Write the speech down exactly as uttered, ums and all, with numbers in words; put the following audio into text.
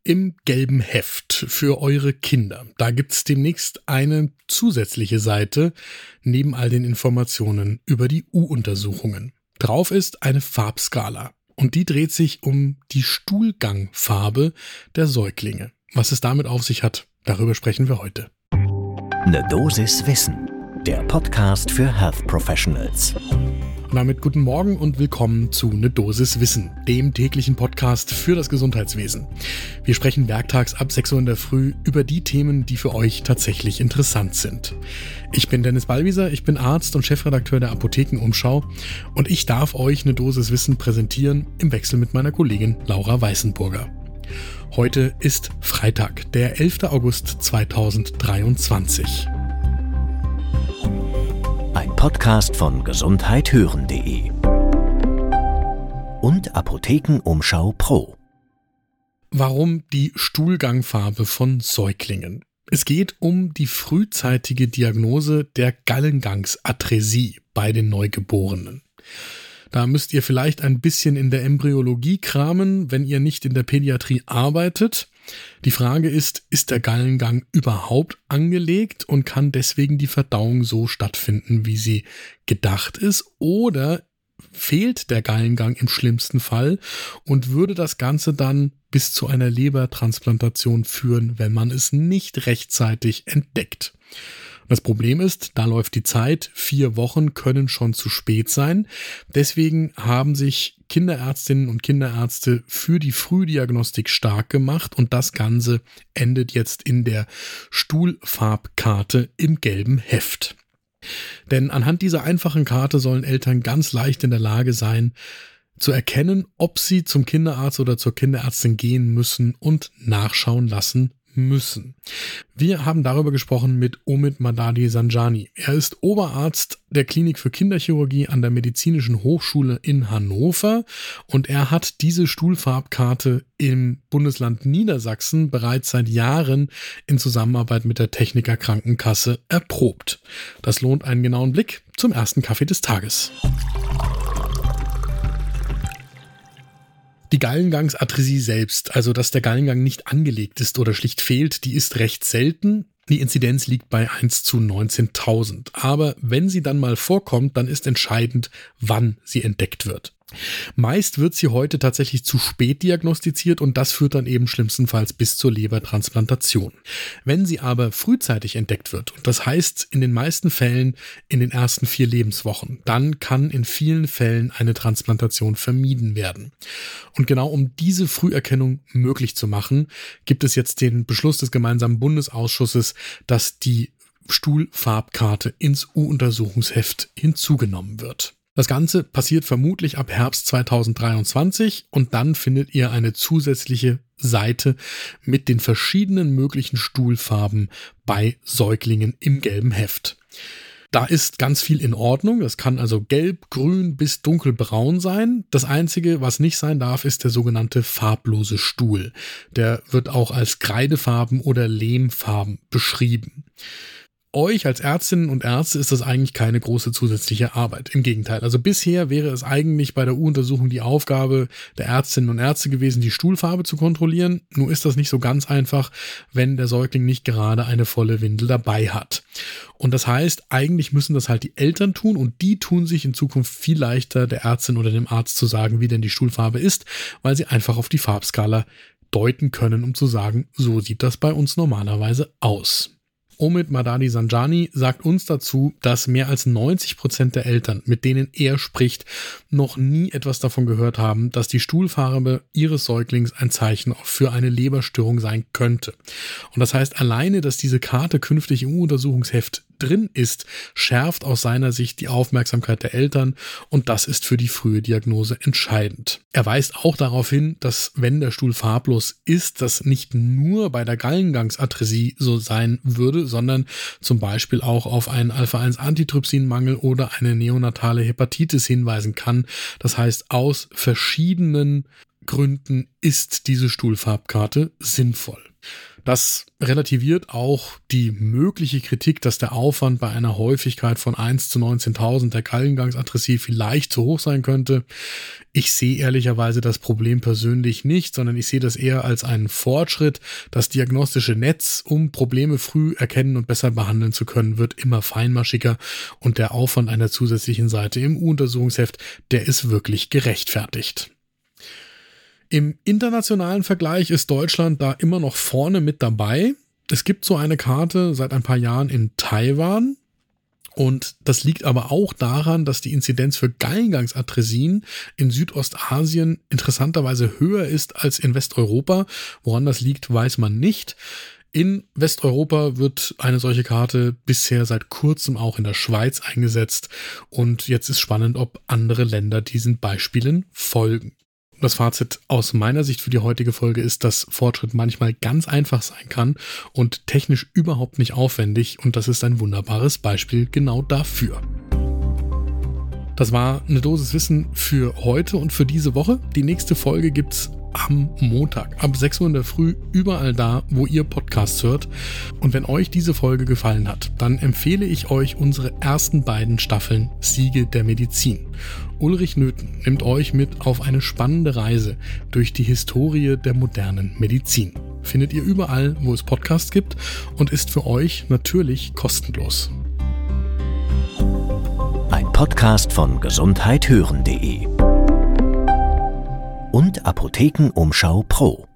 Im gelben Heft für eure Kinder. Da gibt's demnächst eine zusätzliche Seite neben all den Informationen über die U-Untersuchungen. Drauf ist eine Farbskala und die dreht sich um die Stuhlgangfarbe der Säuglinge. Was es damit auf sich hat, darüber sprechen wir heute. Eine Dosis Wissen, der Podcast für Health Professionals. Und damit guten Morgen und willkommen zu Ne Dosis Wissen, dem täglichen Podcast für das Gesundheitswesen. Wir sprechen werktags ab sechs Uhr in der Früh über die Themen, die für euch tatsächlich interessant sind. Ich bin Dennis Ballwieser, ich bin Arzt und Chefredakteur der Apothekenumschau und ich darf euch Ne Dosis Wissen präsentieren im Wechsel mit meiner Kollegin Laura Weißenburger. Heute ist Freitag, der elfter August zweitausenddreiundzwanzig. Ein Podcast von gesundheit hören punkt de und Apothekenumschau Pro. Warum die Stuhlgangfarbe von Säuglingen? Es geht um die frühzeitige Diagnose der Gallengangsadresie bei den Neugeborenen. Da müsst ihr vielleicht ein bisschen in der Embryologie kramen, wenn ihr nicht in der Pädiatrie arbeitet. Die Frage ist, ist der Gallengang überhaupt angelegt und kann deswegen die Verdauung so stattfinden, wie sie gedacht ist? Oder fehlt der Gallengang im schlimmsten Fall und würde das Ganze dann bis zu einer Lebertransplantation führen, wenn man es nicht rechtzeitig entdeckt? Das Problem ist, da läuft die Zeit, vier Wochen können schon zu spät sein. Deswegen haben sich Kinderärztinnen und Kinderärzte für die Frühdiagnostik stark gemacht und das Ganze endet jetzt in der Stuhlfarbkarte im gelben Heft. Denn anhand dieser einfachen Karte sollen Eltern ganz leicht in der Lage sein, zu erkennen, ob sie zum Kinderarzt oder zur Kinderärztin gehen müssen und nachschauen lassen müssen. Wir haben darüber gesprochen mit Omid Madadi Zanjani. Er ist Oberarzt der Klinik für Kinderchirurgie an der Medizinischen Hochschule in Hannover und er hat diese Stuhlfarbkarte im Bundesland Niedersachsen bereits seit Jahren in Zusammenarbeit mit der Techniker Krankenkasse erprobt. Das lohnt einen genauen Blick zum ersten Kaffee des Tages. Die Gallengangsadresie selbst, also dass der Gallengang nicht angelegt ist oder schlicht fehlt, die ist recht selten. Die Inzidenz liegt bei eins zu neunzehntausend. Aber wenn sie dann mal vorkommt, dann ist entscheidend, wann sie entdeckt wird. Meist wird sie heute tatsächlich zu spät diagnostiziert und das führt dann eben schlimmstenfalls bis zur Lebertransplantation. Wenn sie aber frühzeitig entdeckt wird, und das heißt in den meisten Fällen in den ersten vier Lebenswochen, dann kann in vielen Fällen eine Transplantation vermieden werden. Und genau um diese Früherkennung möglich zu machen, gibt es jetzt den Beschluss des gemeinsamen Bundesausschusses, dass die Stuhlfarbkarte ins U-Untersuchungsheft hinzugenommen wird. Das Ganze passiert vermutlich ab Herbst zweitausenddreiundzwanzig und dann findet ihr eine zusätzliche Seite mit den verschiedenen möglichen Stuhlfarben bei Säuglingen im gelben Heft. Da ist ganz viel in Ordnung. Das kann also gelb, grün bis dunkelbraun sein. Das Einzige, was nicht sein darf, ist der sogenannte farblose Stuhl. Der wird auch als Kreidefarben oder Lehmfarben beschrieben. Euch als Ärztinnen und Ärzte ist das eigentlich keine große zusätzliche Arbeit. Im Gegenteil. Also bisher wäre es eigentlich bei der U-Untersuchung die Aufgabe der Ärztinnen und Ärzte gewesen, die Stuhlfarbe zu kontrollieren. Nur ist das nicht so ganz einfach, wenn der Säugling nicht gerade eine volle Windel dabei hat. Und das heißt, eigentlich müssen das halt die Eltern tun und die tun sich in Zukunft viel leichter, der Ärztin oder dem Arzt zu sagen, wie denn die Stuhlfarbe ist, weil sie einfach auf die Farbskala deuten können, um zu sagen, so sieht das bei uns normalerweise aus. Omid Madadi Zanjani sagt uns dazu, dass mehr als neunzig Prozent der Eltern, mit denen er spricht, noch nie etwas davon gehört haben, dass die Stuhlfarbe ihres Säuglings ein Zeichen für eine Leberstörung sein könnte. Und das heißt, alleine, dass diese Karte künftig im U-Untersuchungsheft drin ist, schärft aus seiner Sicht die Aufmerksamkeit der Eltern und das ist für die frühe Diagnose entscheidend. Er weist auch darauf hin, dass wenn der Stuhl farblos ist, das nicht nur bei der Gallengangsadresie so sein würde, sondern zum Beispiel auch auf einen Alpha eins Antitrypsinmangel oder eine neonatale Hepatitis hinweisen kann. Das heißt, aus verschiedenen Gründen ist diese Stuhlfarbkarte sinnvoll. Das relativiert auch die mögliche Kritik, dass der Aufwand bei einer Häufigkeit von eins zu neunzehntausend der Gallengangsatresie vielleicht zu hoch sein könnte. Ich sehe ehrlicherweise das Problem persönlich nicht, sondern ich sehe das eher als einen Fortschritt. Das diagnostische Netz, um Probleme früh erkennen und besser behandeln zu können, wird immer feinmaschiger und der Aufwand einer zusätzlichen Seite im U-Untersuchungsheft, der ist wirklich gerechtfertigt. Im internationalen Vergleich ist Deutschland da immer noch vorne mit dabei. Es gibt so eine Karte seit ein paar Jahren in Taiwan und das liegt aber auch daran, dass die Inzidenz für Gallengangsatresien in Südostasien interessanterweise höher ist als in Westeuropa. Woran das liegt, weiß man nicht. In Westeuropa wird eine solche Karte bisher seit kurzem auch in der Schweiz eingesetzt und jetzt ist spannend, ob andere Länder diesen Beispielen folgen. Das Fazit aus meiner Sicht für die heutige Folge ist, dass Fortschritt manchmal ganz einfach sein kann und technisch überhaupt nicht aufwendig und das ist ein wunderbares Beispiel genau dafür. Das war eine Dosis Wissen für heute und für diese Woche. Die nächste Folge gibt's am Montag ab sechs Uhr in der Früh überall da, wo ihr Podcasts hört. Und wenn euch diese Folge gefallen hat, dann empfehle ich euch unsere ersten beiden Staffeln Siege der Medizin. Ulrich Nöthen nimmt euch mit auf eine spannende Reise durch die Historie der modernen Medizin. Findet ihr überall, wo es Podcasts gibt und ist für euch natürlich kostenlos. Ein Podcast von gesundheit hören punkt de und Apothekenumschau Pro.